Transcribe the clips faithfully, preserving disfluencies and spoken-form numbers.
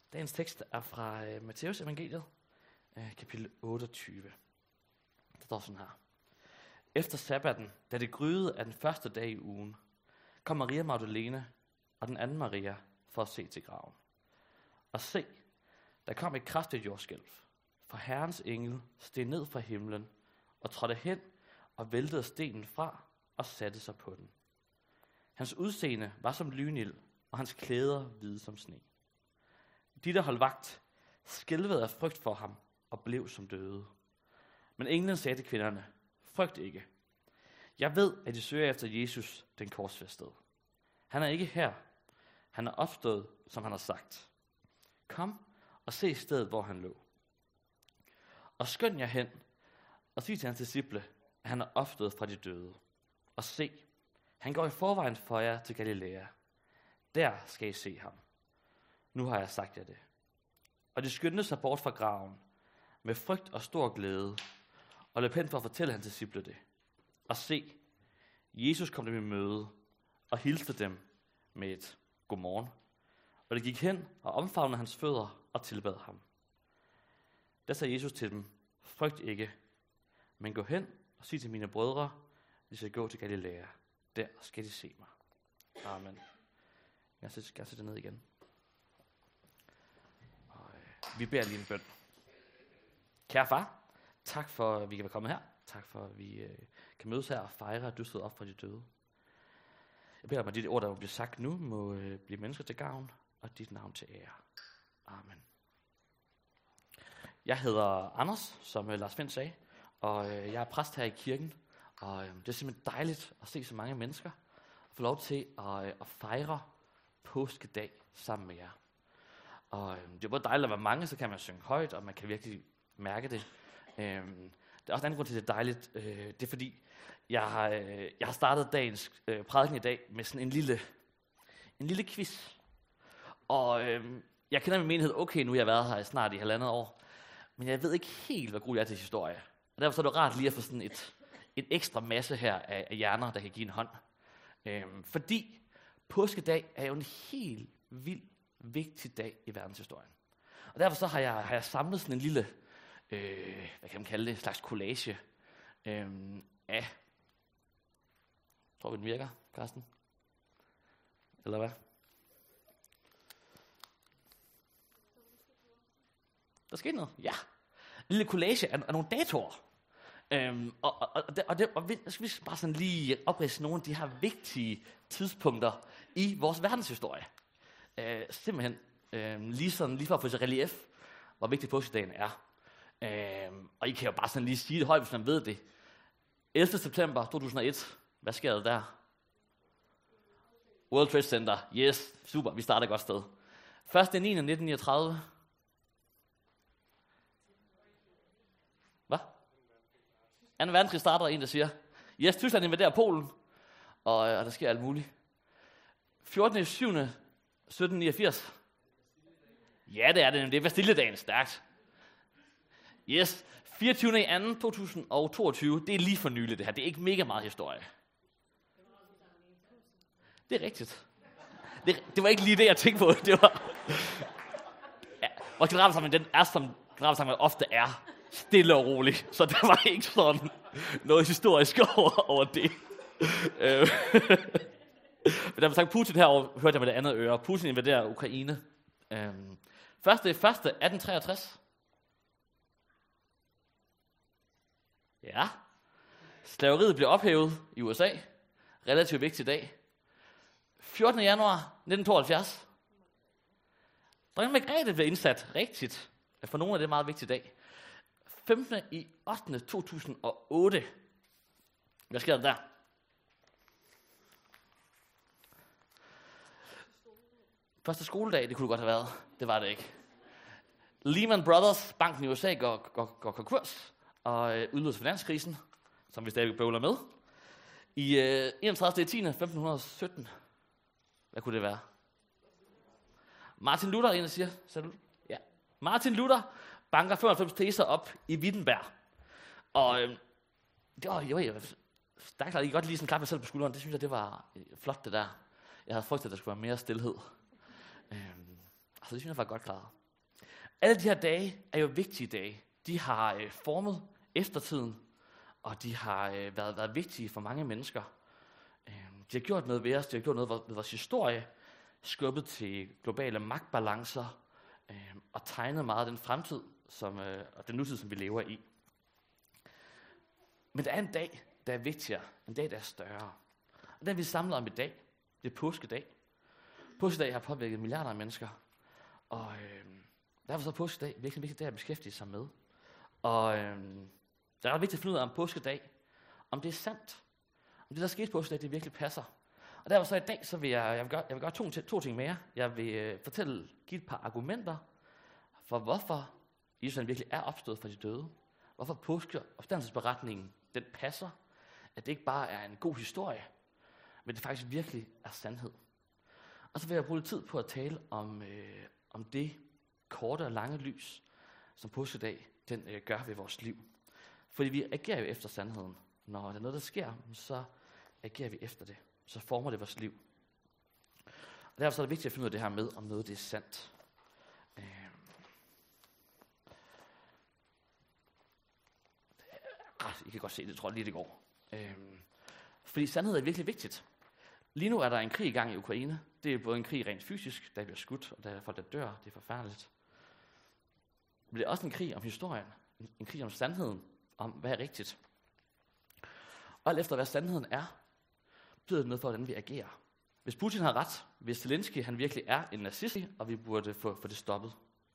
Dagens tekst er fra øh, Matteus evangeliet, øh, kapitel otteogtyve. Der står sådan her. Efter sabbaten, da det gryede af den første dag i ugen, kom Maria Magdalene og den anden Maria for at se til graven. Og se, der kom et kraftigt jordskælv, for Herrens engel steg ned fra himlen og trådte hen og væltede stenen fra og satte sig på den. Hans udseende var som lynild, og hans klæder hvide som sne. De, der holdt vagt, skælvede af frygt for ham og blev som døde. Men englen sagde til kvinderne, frygt ikke. Jeg ved, at I søger efter Jesus, den korsfæstede. Han er ikke her. Han er opstået, som han har sagt. Kom og se stedet, hvor han lå. Og skynd jer hen og sig til hans disciple, at han er opstået fra de døde. Og se, han går i forvejen for jer til Galilea. Der skal I se ham. Nu har jeg sagt jer det. Og de skyndte sig bort fra graven med frygt og stor glæde, og løb hen for at fortælle hans disciple det. Og se, Jesus kom dem i møde og hilste dem med et godmorgen. Og de gik hen og omfavnede hans fødder og tilbad ham. Der sagde Jesus til dem, frygt ikke, men gå hen og sig til mine brødre, de skal gå til Galilea. Der skal de se mig. Amen. Jeg skal sætte det ned igen. Og, øh, vi beder lige en bøn. Kære far, tak for, at vi kan være kommet her. Tak for, at vi øh, kan mødes her og fejre, at du stod op fra de døde. Jeg beder om, at dit ord, der bliver sagt nu, må øh, blive mennesker til gavn, og dit navn til ære. Amen. Jeg hedder Anders, som øh, Lars Finn sagde, og øh, jeg er præst her i kirken. Og øh, det er simpelthen dejligt at se så mange mennesker, og få lov til at, øh, at fejre påskedag sammen med jer. Og øh, det er både dejligt at være mange, så kan man synge højt, og man kan virkelig mærke det. Øh, det er også en anden grund til, at det er dejligt. Øh, det er fordi, jeg har, øh, jeg har startet dagens øh, prædiken i dag med sådan en lille, en lille quiz. Og øh, jeg kender min menighed okay nu, jeg har været her snart i halvandet år, men jeg ved ikke helt, hvad god jeg er til historie. Og derfor så er det rart lige at få sådan et, et ekstra masse her af, af hjerner, der kan give en hånd. Øh, fordi påskedag er jo en helt vild, vigtig dag i verdenshistorien. Og derfor så har jeg, har jeg samlet sådan en lille, øh, hvad kan man kalde det, en slags collage øh, af, tror vi den virker, Carsten? Eller hvad? Der skete noget, ja. En lille collage af, af nogle datoer. Øhm, og, og, og, det, og, det, og vi skal vi bare sådan lige opridse nogle af de her vigtige tidspunkter i vores verdenshistorie. Øh, simpelthen øh, lige, sådan, lige for at få til relief, hvor vigtig påskedagen er. Øh, og I kan jo bare sådan lige sige det højt, hvis man ved det. ellevte september to tusind og et, hvad sker der der? World Trade Center, yes, super, vi starter et godt sted. første niende nitten niogtredive. Hvad? anden verdenskrig starter, en der siger, yes, Tyskland invaderer Polen, og, og der sker alt muligt. fjortende syvende sytten niogfirs. Ja, det er det, det er Bastilledagen, stærkt. Yes, fireogtyvende anden to tusind og toogtyve, det er lige for nylig det her, det er ikke mega meget historie. Det er rigtigt. Det, det var ikke lige det, jeg tænkte på, det var... Ja, og generalforsamlingen, den er som generalforsamlingen ofte er, stille og rolig, så der var ikke sådan noget historisk over, over det. Men da man sagde Putin herovre, hørte jeg med det andet øre. Putin invaderer Ukraine. Øhm, første første atten treogtres. Ja. Slaveriet blev ophævet i U S A. Relativt vigtig dag. fjortende januar nitten tooghalvfjerds. Dronning Margrethe blev indsat rigtigt. For nogle af det er en meget vigtig dag. femtende i ottende to tusind og otte. Hvad sker der der? Første skoledag, det kunne det godt have været. Det var det ikke. Lehman Brothers, banken i U S A, går, går, går konkurs og øh, udløser finanskrisen, som vi stadig bøvler med. I øh, enogtredivte oktober femten sytten. Hvad kunne det være? Martin Luther, en der siger. Ja. Martin Luther banker femoghalvfems teser op i Wittenberg. Og øh, det var jo stærkt, at I godt lige sådan klappe mig selv på skulderen. Det synes jeg, det var flot det der. Jeg havde frygtet, at der skulle være mere stilhed. Øh, Så det synes jeg var godt klaret. Alle de her dage er jo vigtige dage. De har øh, formet eftertiden, og de har øh, været, været vigtige for mange mennesker. Øh, de har gjort noget ved os, de har gjort noget ved vores historie, skubbet til globale magtbalancer, øh, og tegnet meget af den fremtid, som, øh, og den nutid, som vi lever i. Men der er en dag, der er vigtigere, en dag, der er større. Og den vi samler om i dag, det er påskedag. Påskedag har påvirket milliarder af mennesker, og øh, derfor så er påskedag virkelig en vigtig dag at beskæftige sig med. Og øh, det er ret vigtigt at finde ud af om påskedag, om det er sandt, om det, der skete på påskedag, det virkelig passer. Og derfor så i dag, så vil jeg, jeg vil gøre, jeg vil gøre to, to ting mere. Jeg vil øh, fortælle, give et par argumenter for, hvorfor Jesus virkelig er opstået fra de døde. Hvorfor påske opstandelsesberetningen, den passer. At det ikke bare er en god historie, men det faktisk virkelig er sandhed. Og så vil jeg bruge lidt tid på at tale om, øh, om det korte og lange lys, som påskedag den øh, gør ved vores liv. Fordi vi agerer jo efter sandheden. Når der er noget, der sker, så agerer vi efter det. Så former det vores liv. Og derfor så er det vigtigt at finde ud af det her med, om noget det er sandt. Øh. Ah, I kan godt se det, tror jeg lige det går. Øh. Fordi sandhed er virkelig vigtigt. Lige nu er der en krig i gang i Ukraine. Det er både en krig rent fysisk, der bliver skudt, og der er folk, der dør. Det er forfærdeligt. Men det er også en krig om historien. En krig om sandheden. Om hvad er rigtigt. Og alt efter hvad sandheden er, betyder det noget for, hvordan vi agerer. Hvis Putin har ret, hvis Zelensky han virkelig er en nazist, og vi burde få, få det stoppet.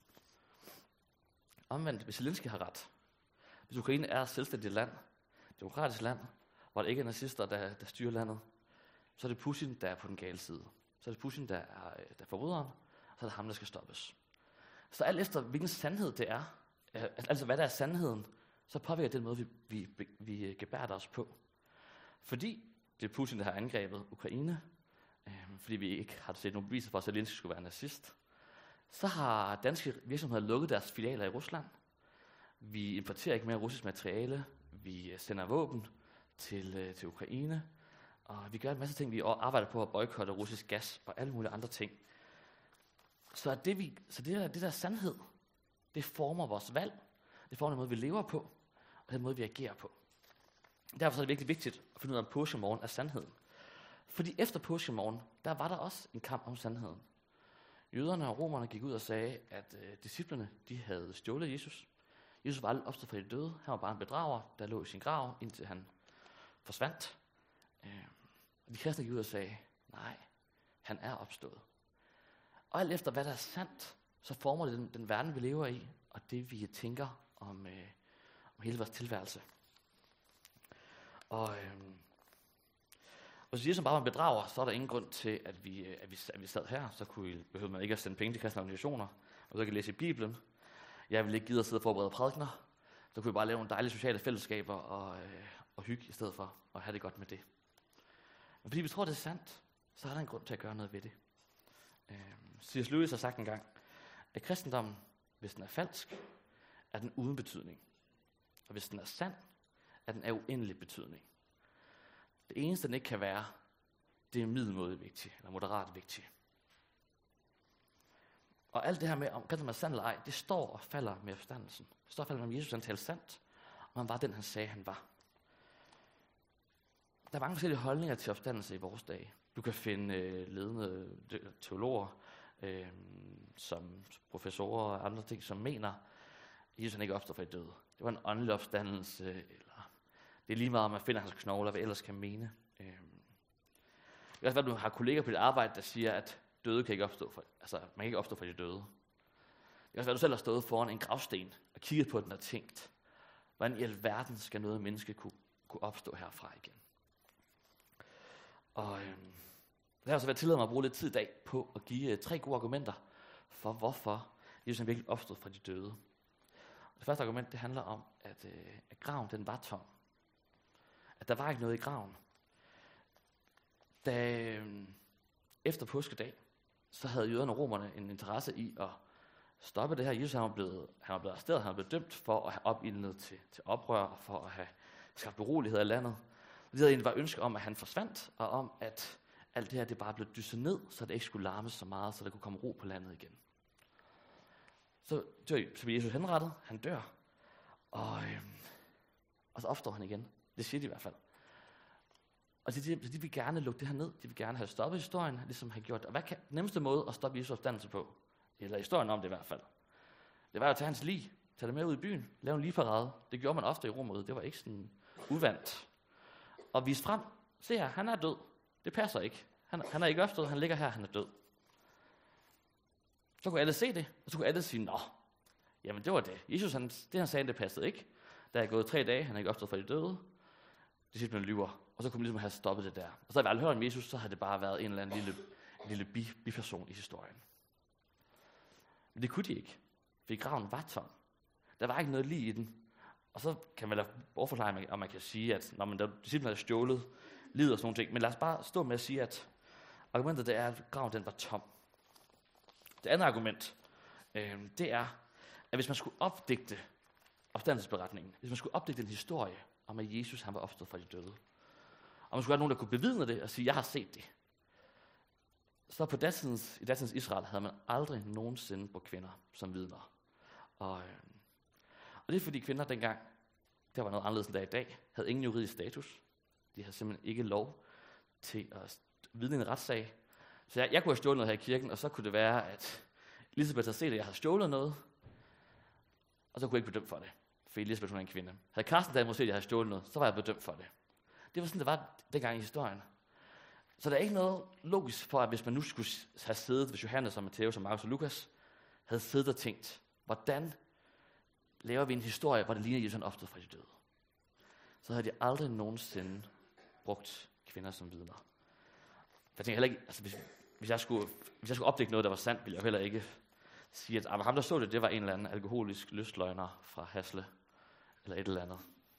Omvendt, hvis Zelensky har ret, hvis Ukraine er et selvstændigt land, et demokratisk land, hvor der ikke er nazister, der, der styrer landet, så er det Putin, der er på den gale side. Så er det Putin, der er, der er forbryderen, og så er det ham, der skal stoppes. Så alt efter, hvilken sandhed det er, altså hvad der er sandheden, så påvirker det den måde, vi, vi, vi gebærder os på. Fordi det er Putin, der har angrebet Ukraine, øh, fordi vi ikke har set nogen beviser for, at Zelensky skulle være nazist, så har danske virksomheder lukket deres filialer i Rusland. Vi importerer ikke mere russisk materiale, vi sender våben til, øh, til Ukraine, og vi gør en masse ting, vi arbejder på at boykotte russisk gas og alle mulige andre ting. Så det, vi, så det, der, det der sandhed, det former vores valg, det former den måde, vi lever på, og den måde, vi agerer på. Derfor er det virkelig vigtigt at finde ud af, om påskemorgen er sandheden. Fordi efter påskemorgen, der var der også en kamp om sandheden. Jøderne og romerne gik ud og sagde, at øh, disciplene de havde stjålet Jesus. Jesus var aldrig opstået fra de døde. Han var bare en bedrager, der lå i sin grav, indtil han forsvandt. Øh, de kristne gik ud og sagde, nej, han er opstået. Og alt efter hvad der er sandt, så former det den, den verden, vi lever i, og det vi tænker om, øh, om hele vores tilværelse. Og øhm, hvis Jesus bare var en bedrager, så er der ingen grund til, at vi, at vi, at vi sad her. Så kunne I, behøvede man ikke at sende penge til kristne organisationer, og så kan læse i Bibelen. Jeg ville ikke gide at sidde og forberede prædikener. Så kunne vi bare lave nogle dejlige sociale fællesskaber og, øh, og hygge i stedet for, og have det godt med det. Men fordi vi tror, det er sandt, så er der en grund til at gøre noget ved det. Øhm, C S Lewis har sagt engang, at kristendommen, hvis den er falsk, er den uden betydning. Og hvis den er sand, er den af uendelig betydning. Det eneste, den ikke kan være, det er middelmåde vigtigt, eller moderat vigtigt. Og alt det her med, om kan man er sand eller ej, det står og falder med opstandelsen. Det står og falder med, om Jesus han talte sandt, og han var den, han sagde, han var. Der er mange forskellige holdninger til opstandelse i vores dage. Du kan finde øh, ledende teologer, øh, som professorer og andre ting, som mener, at Jesus han ikke opstod fra de døde. Det var en åndelig opstandelse, eller det er lige meget, om man finder hans knogler, hvad ellers kan mene. Øh. Det kan også være, at du har kolleger på dit arbejde, der siger, at døde kan ikke opstå fra, altså man kan ikke opstå fra de døde. Det kan også være, at du selv har stået foran en gravsten og kigget på den og tænkt, hvordan i alverden skal noget menneske kunne, kunne opstå herfra igen. Og øh, det har så været tilladt mig at bruge lidt tid i dag på at give øh, tre gode argumenter for, hvorfor Jesus virkelig opstod fra de døde. Og det første argument, det handler om, at, øh, at graven den var tom. At der var ikke noget i graven. Da, øh, efter påskedag, så havde jøderne og romerne en interesse i at stoppe det her. Jesus han var blevet, han var blevet arresteret, han var blevet dømt for at have opildnet til, til oprør, og for at have skabt urolighed i landet. Og de havde egentlig bare ønske om, at han forsvandt, og om, at alt det her det bare blev dysset ned, så det ikke skulle larmes så meget, så der kunne komme ro på landet igen. så, dør, så bliver Jesus henrettet, han dør, og, øh, og så opstår han igen. Det siger de i hvert fald. Og de, de, de vil gerne lukke det her ned, de vil gerne have stoppet historien, ligesom har gjort. Og hvad kan den nemmeste måde at stoppe Jesus opstandelse på? Eller historien om det i hvert fald. Det var jo at tage hans lig, tage det med ud i byen, lave en ligparade. Det gjorde man ofte i Romerriget, det var ikke sådan uvandt. Og vise frem, se her, han er død. Det passer ikke. Han, han er ikke opstået, han ligger her, han er død. Så kunne alle se det, og så kunne alle sige, nå, jamen det var det. Jesus, han, det han sagde, det passede ikke. Der er gået tre dage, han er ikke opstået fra de døde. Det siger, man lyver. Og så kunne man ligesom have stoppet det der. Og så havde vi aldrig hørt om Jesus, så havde det bare været en eller anden lille, en lille bi, biperson i historien. Men det kunne de ikke, fordi graven var tom. Der var ikke noget lig i den. Og så kan man lade overforklare, om man kan sige, at når man der disciplen havde stjålet livet og sådan nogle ting. Men lad os bare stå med at sige, at argumentet det er, at graven den var tom. Det andet argument, øh, det er, at hvis man skulle opdigte opstandelsesberetningen, hvis man skulle opdigte en historie om, at Jesus han var opstået fra de døde, og man skulle have nogen, der kunne bevidne det og sige, jeg har set det, så på datidens, i datidens Israel havde man aldrig nogensinde brugt kvinder som vidner. Og, øh, og det er fordi kvinder dengang, der var noget anderledes end der i dag, havde ingen juridisk status. De havde simpelthen ikke lov til at vidne en retssag. Så jeg, jeg kunne have stjålet noget her i kirken, og så kunne det være, at Elisabeth havde set, at jeg havde stjålet noget, og så kunne jeg ikke blive dømt for det, for Elisabeth hun er en kvinde. Havde Karsten derimod set, at jeg havde stjålet noget, så var jeg blevet dømt for det. Det var sådan, det var dengang i historien. Så der er ikke noget logisk for, at hvis man nu skulle have siddet, hvis Johannes og Matthæus og Markus og Lukas havde siddet og tænkt, hvordan laver vi en historie, hvor det ligner Jesus opstod fra de døde, så havde de aldrig nogensinde brugt kvinder som vidner. Jeg tænker heller ikke, altså hvis, hvis, jeg skulle, hvis jeg skulle opdække noget, der var sandt, ville jeg heller ikke sige, at ham, der så det, det var en eller anden alkoholisk lystløgner fra Hasle, eller et eller andet.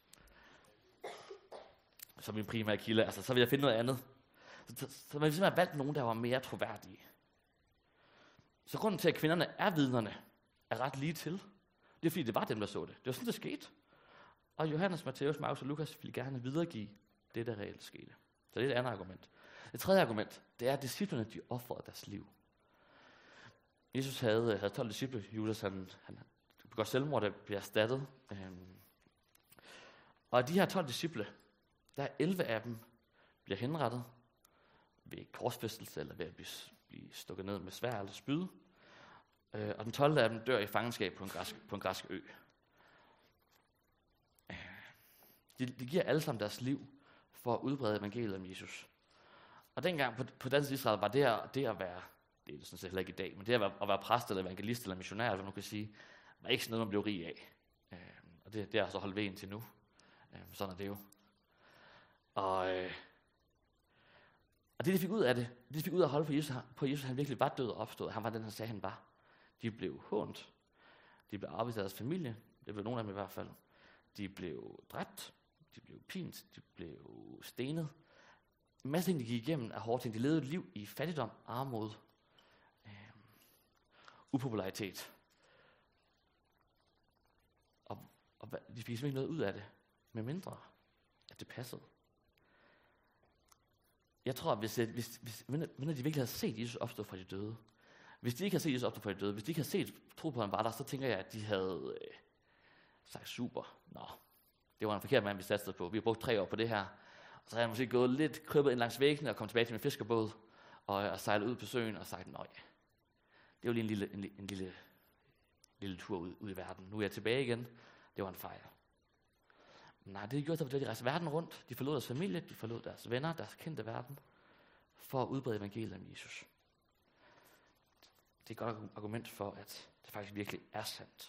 Som min primære kilde, altså så ville jeg finde noget andet. Så, så, så man ville simpelthen have valgt nogen, der var mere troværdige. Så grunden til, at kvinderne er vidnerne, er ret lige til. Det er fordi, det var dem, der så det. Det var sådan, det skete. Og Johannes, Matthæus, Markus og Lukas ville gerne videregive det, der reelt skete. Så det er et andet argument. Det tredje argument, det er, at disciplerne, de ofrede deres liv. Jesus havde, havde tolv disciple. Judas, han, han begår selvmord, der bliver erstattet. Øhm. Og af de her tolv disciple, der er elleve af dem, bliver henrettet ved korsfæstelse, eller ved at blive, blive stukket ned med sværd eller spyd. Øh, og den tolvte af dem dør i fangenskab på en græsk, på en græsk ø. De, de giver alle sammen deres liv for at udbrede evangeliet om Jesus. Og dengang på, på dansk Israel var det at, det at være, det er det sådan set heller ikke i dag, men det at være, at være præst eller evangelist eller missionær, eller hvad man kan sige, var ikke sådan noget, man blev rig af. Øh, og det, det er så holdt ved indtil nu. Øh, sådan er det jo. Og, øh, og det de fik ud af det, det de fik ud af at holde på Jesus, på Jesus, han virkelig var død og opstået. Han var den, han sagde, han var. De blev hånt. De blev arbejdet af deres familie. Det blev nogle af dem i hvert fald. De blev dræbt. De blev pint. De blev stenet. En masse ting, de gik igennem af hårde ting. De levede et liv i fattigdom, armod, øh, upopularitet. Og, og de fik simpelthen ikke noget ud af det, med mindre, at det passede. Jeg tror, at hvis, hvis, hvis hvis de virkelig havde set Jesus opstå fra de døde, hvis de ikke havde set Jesus opstå fra de døde, hvis de ikke havde set, troet på, at han var der, så tænker jeg, at de havde øh, sagt, super, nå, det var en forkert mand, vi satte på. Vi har brugt tre år på det her. Og så havde jeg måske gået lidt krøbet ind langs væggen og kommet tilbage til min fiskerbåd og, og sejlet ud på søen og sagt, nej, det var lige en lille, en, en lille, lille tur ud, ud i verden. Nu er jeg tilbage igen. Det var en fejl. Nej, det de gjorde, det var, de rejste verden rundt. De forlod deres familie, de forlod deres venner, deres kendte verden, for at udbrede evangeliet om Jesus. Det er et godt argument for, at det faktisk virkelig er sandt.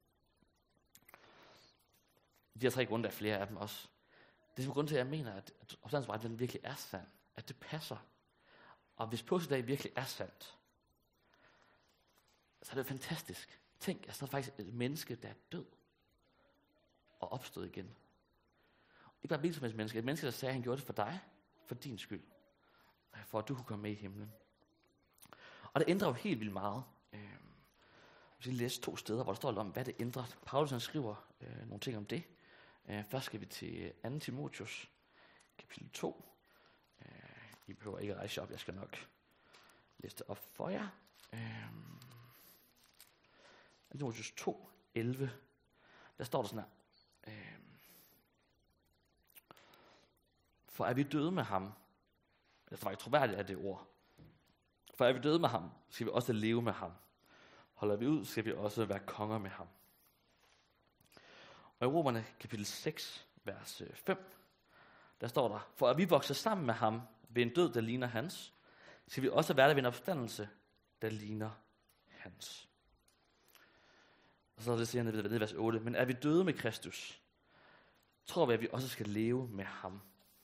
De her tre grunde, der er flere af dem også. Det er grund til, at jeg mener, at opstandelsesberetningen virkelig er sand. At det passer. Og hvis påskedag virkelig er sandt, så er det fantastisk. Tænk, at så er faktisk et menneske, der er død og opstået igen. Ikke bare et hvilket som helst menneske. Et menneske, der sagde, at han gjorde det for dig, for din skyld. For at du kunne komme med i himlen. Og det ændrer jo helt vildt meget. Jeg skal læse to steder, hvor der står lidt om, hvad det ændrer. Paulus han skriver øh, nogle ting om det. Øh, først skal vi til anden Timotheus, kapitel to. Øh, I behøver ikke at rejse op, jeg skal nok læse det op for jer. Øh, i Timotheus to, elleve, der står der sådan her. Øh, For er vi døde med ham, altså var ikke troværdigt af det ord, for er vi døde med ham, skal vi også leve med ham. Holder vi ud, skal vi også være konger med ham. Og i Romerne kapitel seks, vers fem, der står der, for at vi vokser sammen med ham ved en død, der ligner hans, skal vi også være der ved en opstandelse, der ligner hans. Og så er det siger han nede i vers otte, men er vi døde med Kristus, tror vi, at vi også skal leve med ham.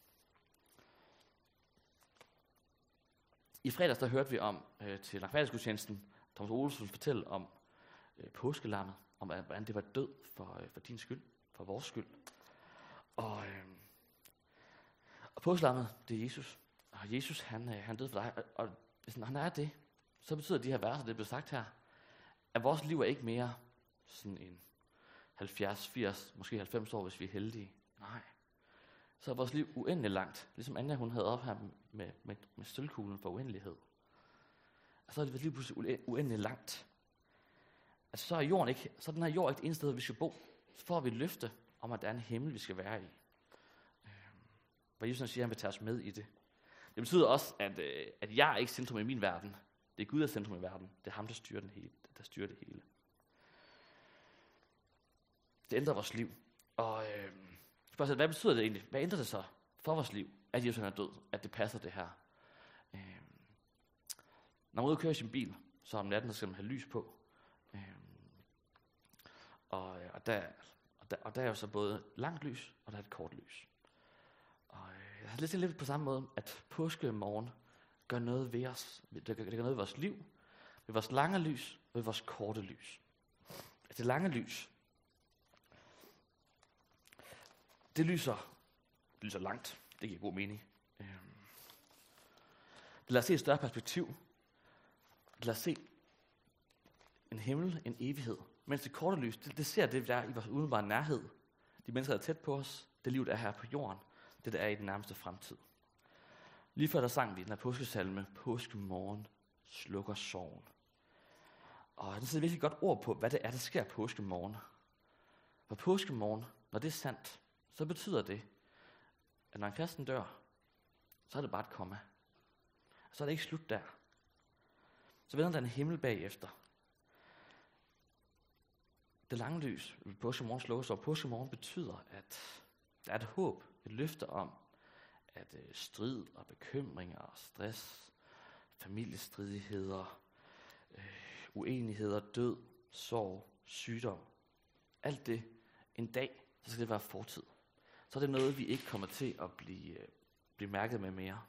I fredags der hørte vi om øh, til langfærdighedsgudstjenesten, Thomas Olsen fortælle om øh, påskelammet, om hvordan det var død for, øh, for din skyld, for vores skyld. Og, øh, og påskelammet, det er Jesus. Og Jesus, han, øh, han døde for dig. Og, og hvis han er det, så betyder de her verser, det blev sagt her, at vores liv er ikke mere sådan en halvfjerds, firs, måske halvfems år, hvis vi er heldige. Nej. Så er vores liv uendeligt langt. Ligesom Anja, hun havde op her med, med, med sølvkuglen for uendelighed. Og så er det liv pludselig uendeligt langt. Altså så er jorden ikke, så er den her jord ikke det eneste sted, vi skal bo. Så får vi et løfte om, at der er en himmel, vi skal være i. Hvor Jesus siger, at han vil tage os med i det. Det betyder også, at, at jeg er ikke centrum i min verden. Det er Gud, der er centrum i verden. Det er ham, der styrer, den hele, der styrer det hele. Det ændrer vores liv. Og øh, spørgsmålet, hvad betyder det egentlig? Hvad ændrer det så for vores liv, at Jesus er død? At det passer det her? Øh, når man er ude og kører i sin bil, så om natten, så skal man have lys på. Øh, og, og, der, og, der, og der er jo så både langt lys, og der er et kort lys. Og øh, jeg har lidt lidt på samme måde, at påskemorgen gør noget ved os. Det gør, det gør noget ved vores liv, ved vores lange lys, og ved vores korte lys. At det lange lys, det lyser, det lyser langt. Det giver god mening. Øh, det lader os se et større perspektiv. Det lader os se en himmel, en evighed. Mens det korte lys, det, det ser det, der er i vores umiddelbare nærhed. De mennesker, der er tæt på os. Det liv, der er her på jorden. Det, der er i den nærmeste fremtid. Lige før der sang vi den her påskesalme, påskemorgen slukker sorgen. Og den sætter virkelig godt ord på, hvad det er, der sker påskemorgen. For påskemorgen, når det er sandt, så betyder det, at når en kristen dør, så er det bare et komma. Så er det ikke slut der. Så vender der en himmel bagefter. Det lange lys, påskemorgen slukker sorgen. Påskemorgen betyder, at der er et håb, et løfte om, at øh, strid og bekymringer og stress, familiestridigheder, øh, uenigheder, død, sorg, sygdom, alt det, en dag, så skal det være fortid. Så er det noget, vi ikke kommer til at blive, øh, blive mærket med mere.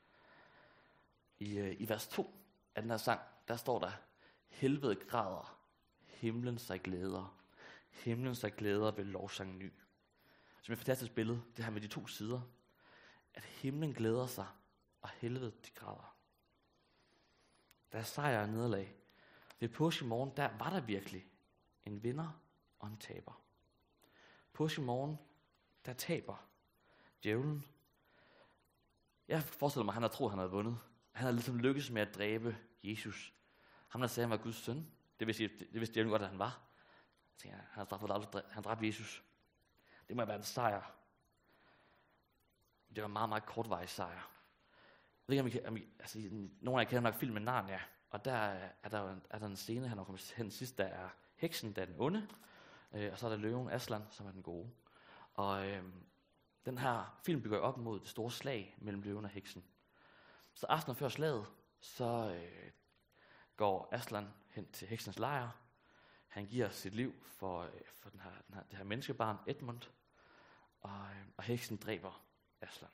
I, øh, I vers to af den her sang, der står der, helvede græder, himlen sig glæder, himlen sig glæder ved lovsang ny. Som et fantastisk billede, det her med de to sider. At himlen glæder sig, og helvede de græder. Der er sejr og nederlag. Ved påskemorgen, der var der virkelig en vinder og en taber. Påskemorgen, der taber djævlen. Jeg forestiller mig, at han har troet, at han havde vundet. Han havde ligesom lykkes med at dræbe Jesus. Ham, der sagde, at han var Guds søn. Det vidste, det vidste djævlen godt, at han var. Jeg tænker, han har dræbt, han dræbte Jesus. Det må være en sejr. Det var en meget, meget kortvarig sejr. Jeg ved ikke, om I kan, om I, altså, nogle af jer kender nok filmen Narnia, og der er der, en, er der en scene, han har kommet hen sidst, der er heksen, der er den onde, øh, og så er der løven Aslan, som er den gode. Og øh, den her film bygger op mod det store slag mellem løven og heksen. Så aftenen før slaget, så øh, går Aslan hen til heksens lejr. Han giver sit liv for, øh, for den her, den her, det her menneskebarn, Edmund, og, øh, og heksen dræber Aslan.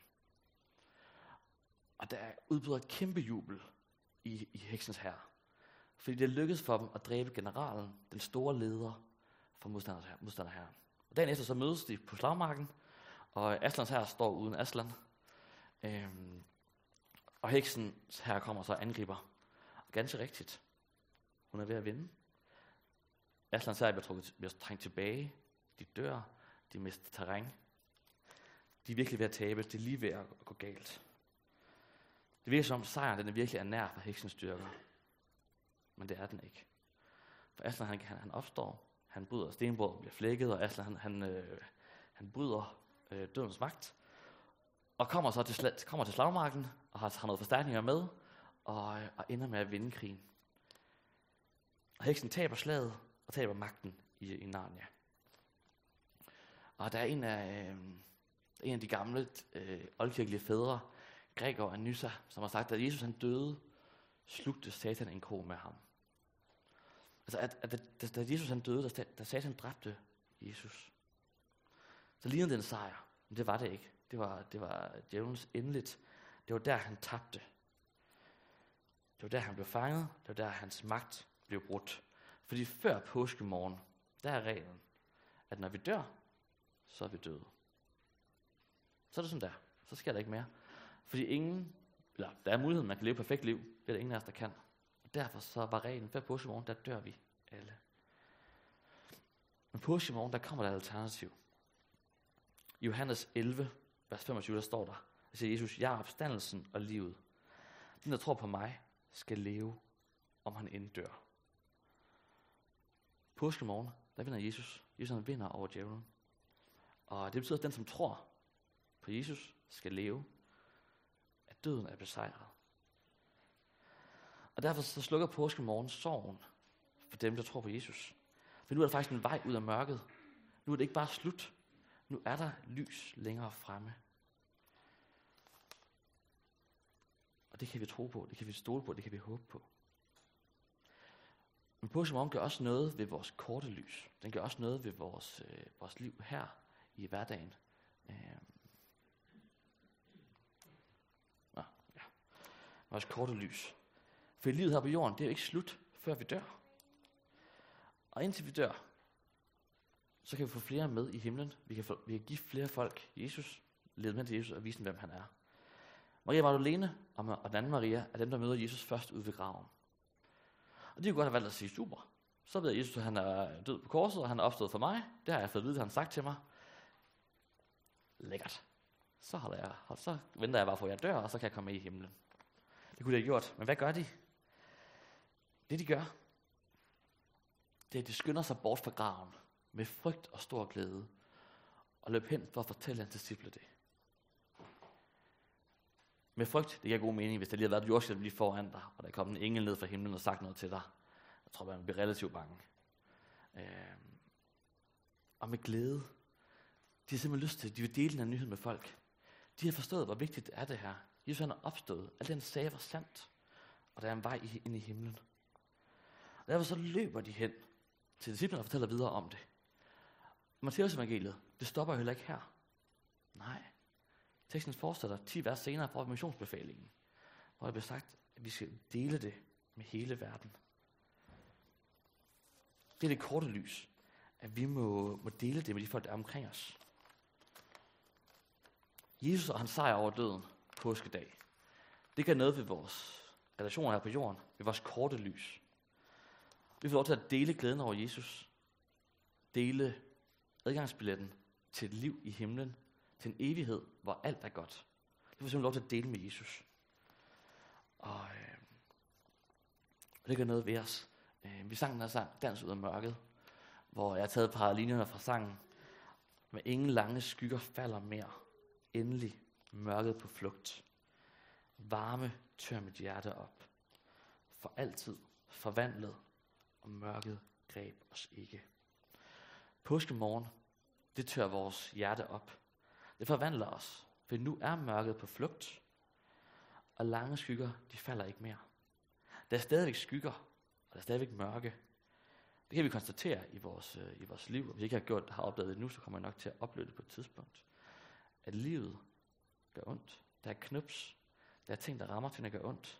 Og der udbryder kæmpe jubel i, i heksens hær. Fordi det lykkedes for dem at dræbe generalen, den store leder for modstanderherren. Og dagen efter så mødes de på slagmarken, og Aslans hær står uden Aslan. Øhm, og heksens hær kommer så og angriber. Og ganske rigtigt. Hun er ved at vinde. Aslans hær bliver, trukket, bliver trængt tilbage. De dør. De mister terræn. De er virkelig ved at tabe. Det er lige ved at gå galt. Det virker som om sejren den er virkelig er nær for heksens styrker. Men det er den ikke. For Aslan, han, han, han opstår, han bryder stenbordet, bliver flækket, og Aslan, han, han, øh, han bryder øh, dødens magt, og kommer så til, slag, kommer til slagmarken, og har, har noget forstærkninger med, og, og ender med at vinde krigen. Og heksen taber slaget, og taber magten i, i Narnia. Og der er en af, øh, en af de gamle øh, oldkirkelige fædre, Gregor af Nyssa, som har sagt, at Jesus han døde, slugte Satan en krog med ham. Altså, at, at, at da Jesus han døde, da, da Satan dræbte Jesus, så lignede det en sejr. Men det var det ikke. Det var, det var djævelens endeligt. Det var der, han tabte. Det var der, han blev fanget. Det var der, hans magt blev brudt. Fordi før påskemorgen, der er reglen, at når vi dør, så er vi døde. Så er det sådan der. Så sker der ikke mere. Fordi ingen, eller der er muligheden, man kan leve et perfekt liv. Det er der ingen af os, der kan. Og derfor så var reglen, før påskemorgen, der dør vi alle. Men påskemorgen, der kommer der et alternativ. I Johannes elleve, vers femogtyve, der står der, der siger Jesus, jeg er opstandelsen og livet. Den, der tror på mig, skal leve, om han end dør. Påskemorgen, der vinder Jesus. Jesus han vinder over djævlen. Og det betyder, at den, som tror på Jesus, skal leve. At døden er besejret. Og derfor så slukker påskemorgen sorgen for dem, der tror på Jesus. For nu er der faktisk en vej ud af mørket. Nu er det ikke bare slut. Nu er der lys længere fremme. Og det kan vi tro på, det kan vi stole på, det kan vi håbe på. Men påskemorgen gør også noget ved vores korte lys. Den gør også noget ved vores, øh, vores liv her i hverdagen. Øh. Nå, ja. Vores korte lys. For livet her på jorden, det er jo ikke slut, før vi dør. Og indtil vi dør, så kan vi få flere med i himlen. Vi kan, få, vi kan give flere folk Jesus, lede med til Jesus og vise dem, hvem han er. Maria Magdalene og den anden Maria er dem, der møder Jesus først ude ved graven. Og de kunne godt have valgt at sige, super, så ved jeg, Jesus, at han er død på korset, og han er opstået for mig. Det har jeg fået at vide, han har sagt til mig. Lækkert. Så, holder jeg, så venter jeg bare på, at jeg dør, og så kan jeg komme med i himlen. Det kunne de have gjort. Men hvad gør de? Det de gør, det er, at de skynder sig bort fra graven med frygt og stor glæde, og løb hen for at fortælle hans disciple det. Med frygt, det giver god mening, hvis der lige har været et jordskælv lige foran dig, og der er kommet en engel ned fra himlen og sagt noget til dig. Jeg tror, man bliver relativt bange. Øhm. Og med glæde. De har simpelthen lyst til, de vil dele den her nyhed med folk. De har forstået, hvor vigtigt det er det her. Jesus han er opstået. Alt det han sagde var sandt. Og der er en vej ind i himlen. Og derfor så løber de hen til disciplene og fortæller videre om det. Matteus evangeliet, det stopper jo heller ikke her. Nej. Teksten fortsætter ti vers senere fra missionsbefalingen, hvor det bliver sagt, at vi skal dele det med hele verden. Det er det korte lys, at vi må, må dele det med de folk, der er omkring os. Jesus og hans sejr over døden, påskedag, det gør noget ved vores relationer her på jorden, ved vores korte lys. Vi får lov til at dele glæden over Jesus, dele adgangsbilletten til et liv i himlen, til en evighed, hvor alt er godt. Det får simpelthen lov til at dele med Jesus. Og øh, det gør noget ved os. Øh, vi sang den her sang, Dans ud af mørket, hvor jeg har taget et par linjer fra sangen. Med ingen lange skygger falder mere. Endelig mørket på flugt. Varme tør mit hjerte op. For altid forvandlet, og mørket greb os ikke. Påskemorgen, det tør vores hjerte op. Det forvandler os, for nu er mørket på flugt, og lange skygger, de falder ikke mere. Der er stadigvæk skygger, og der er stadigvæk mørke. Det kan vi konstatere i vores, øh, i vores liv, og hvis vi ikke har, gjort, har opdaget det nu, så kommer jeg nok til at opleve det på et tidspunkt. At livet gør ondt. Der er knups. Der er ting, der rammer til, at gør ondt.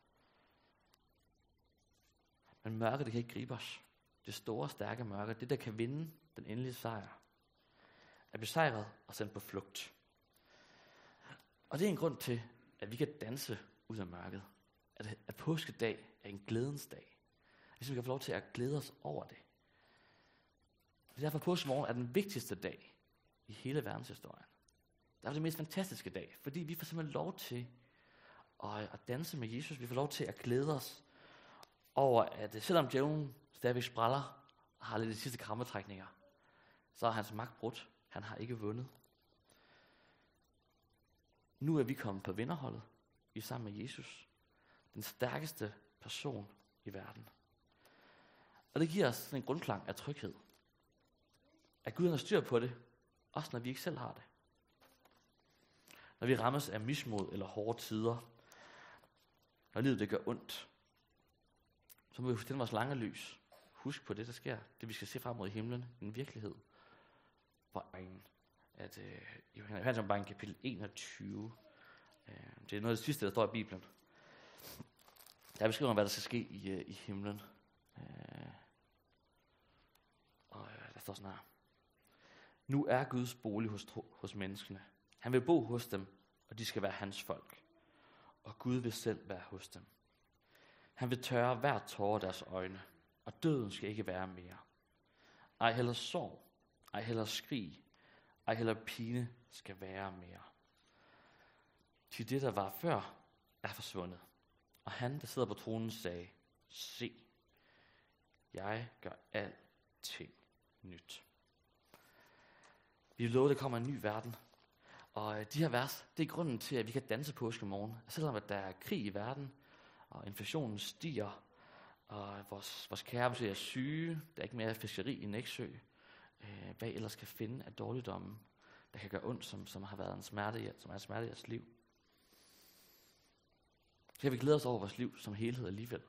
Men mørket, det kan ikke gribe os. Det store, stærke mørke, det der kan vinde den endelige sejr, er besejret og sendt på flugt. Og det er en grund til, at vi kan danse ud af mørket. At, at påskedag er en glædens dag. Hvis vi kan få lov til at glæde os over det. Og derfor påskemorgen er den vigtigste dag i hele verdenshistorien. Det er den mest fantastiske dag, fordi vi får simpelthen lov til at, at danse med Jesus. Vi får lov til at glæde os over, at selvom djævlen stadigvæk spræller og har lidt de sidste krammetrækninger, så er hans magt brudt. Han har ikke vundet. Nu er vi kommet på vinderholdet i sammen med Jesus. Den stærkeste person i verden. Og det giver os sådan en grundklang af tryghed. At Gud har styr på det, også når vi ikke selv har det. Når vi rammes af mismod eller hårde tider, når livet det gør ondt, så må vi forstille vores lange lys. Husk på det, der sker. Det vi skal se frem mod i himlen, en virkelighed. Hvor en, at øh, i Johannes åbenbaring kapitel enogtyve, øh, det er noget af det sidste, der står i Bibelen. Der beskriver, hvad der skal ske i, øh, i himlen. Øh, og øh, der står sådan her. Nu er Guds bolig hos, hos menneskene. Han vil bo hos dem, og de skal være hans folk. Og Gud vil selv være hos dem. Han vil tørre hver tåre af deres øjne, og døden skal ikke være mere. Ej heller sorg, ej heller skrig, ej heller pine skal være mere. Til det, der var før, er forsvundet. Og han, der sidder på tronen, sagde, se, jeg gør alting nyt. Vi er lovet, at der kommer en ny verden. Og de her vers, det er grunden til, at vi kan danse påskemorgen. Selvom at der er krig i verden, og inflationen stiger, og vores, vores kære er syge, der er ikke mere fiskeri i Nexø, øh, hvad ellers kan finde af dårligdomme, der kan gøre ondt, som, som har været en smerte, som er en smerte i jeres liv. Så kan vi glæde os over vores liv som helhed alligevel.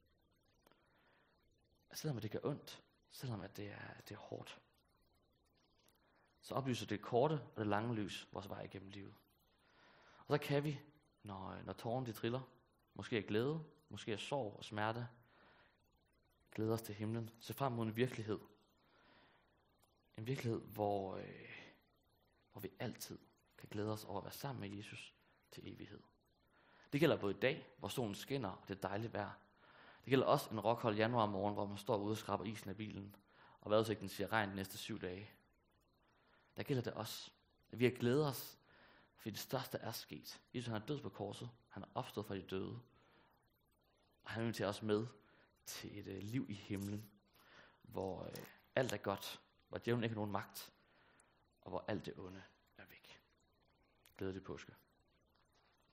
Selvom at det gør ondt, selvom at det er, det er hårdt, så oplyser det korte og det lange lys vores vej igennem livet. Og så kan vi, når, når tårerne de triller, måske er glæde, måske er sorg og smerte, glæde os til himlen, se frem mod en virkelighed. En virkelighed, hvor, øh, hvor vi altid kan glæde os over at være sammen med Jesus til evighed. Det gælder både i dag, hvor solen skinner, og det er dejligt vejr. Det gælder også en rockhold januar morgen, hvor man står ude og skraber isen af bilen, og vejrudsigten siger regn de næste syv dage. Der gælder det også, at vi har glædet os, fordi det største er sket. Jesus han er død på korset, han er opstået fra de døde, og han vil til os med til et øh, liv i himlen, hvor øh, alt er godt, hvor djævlen ikke har nogen magt, og hvor alt det onde er væk. Glædelig påske.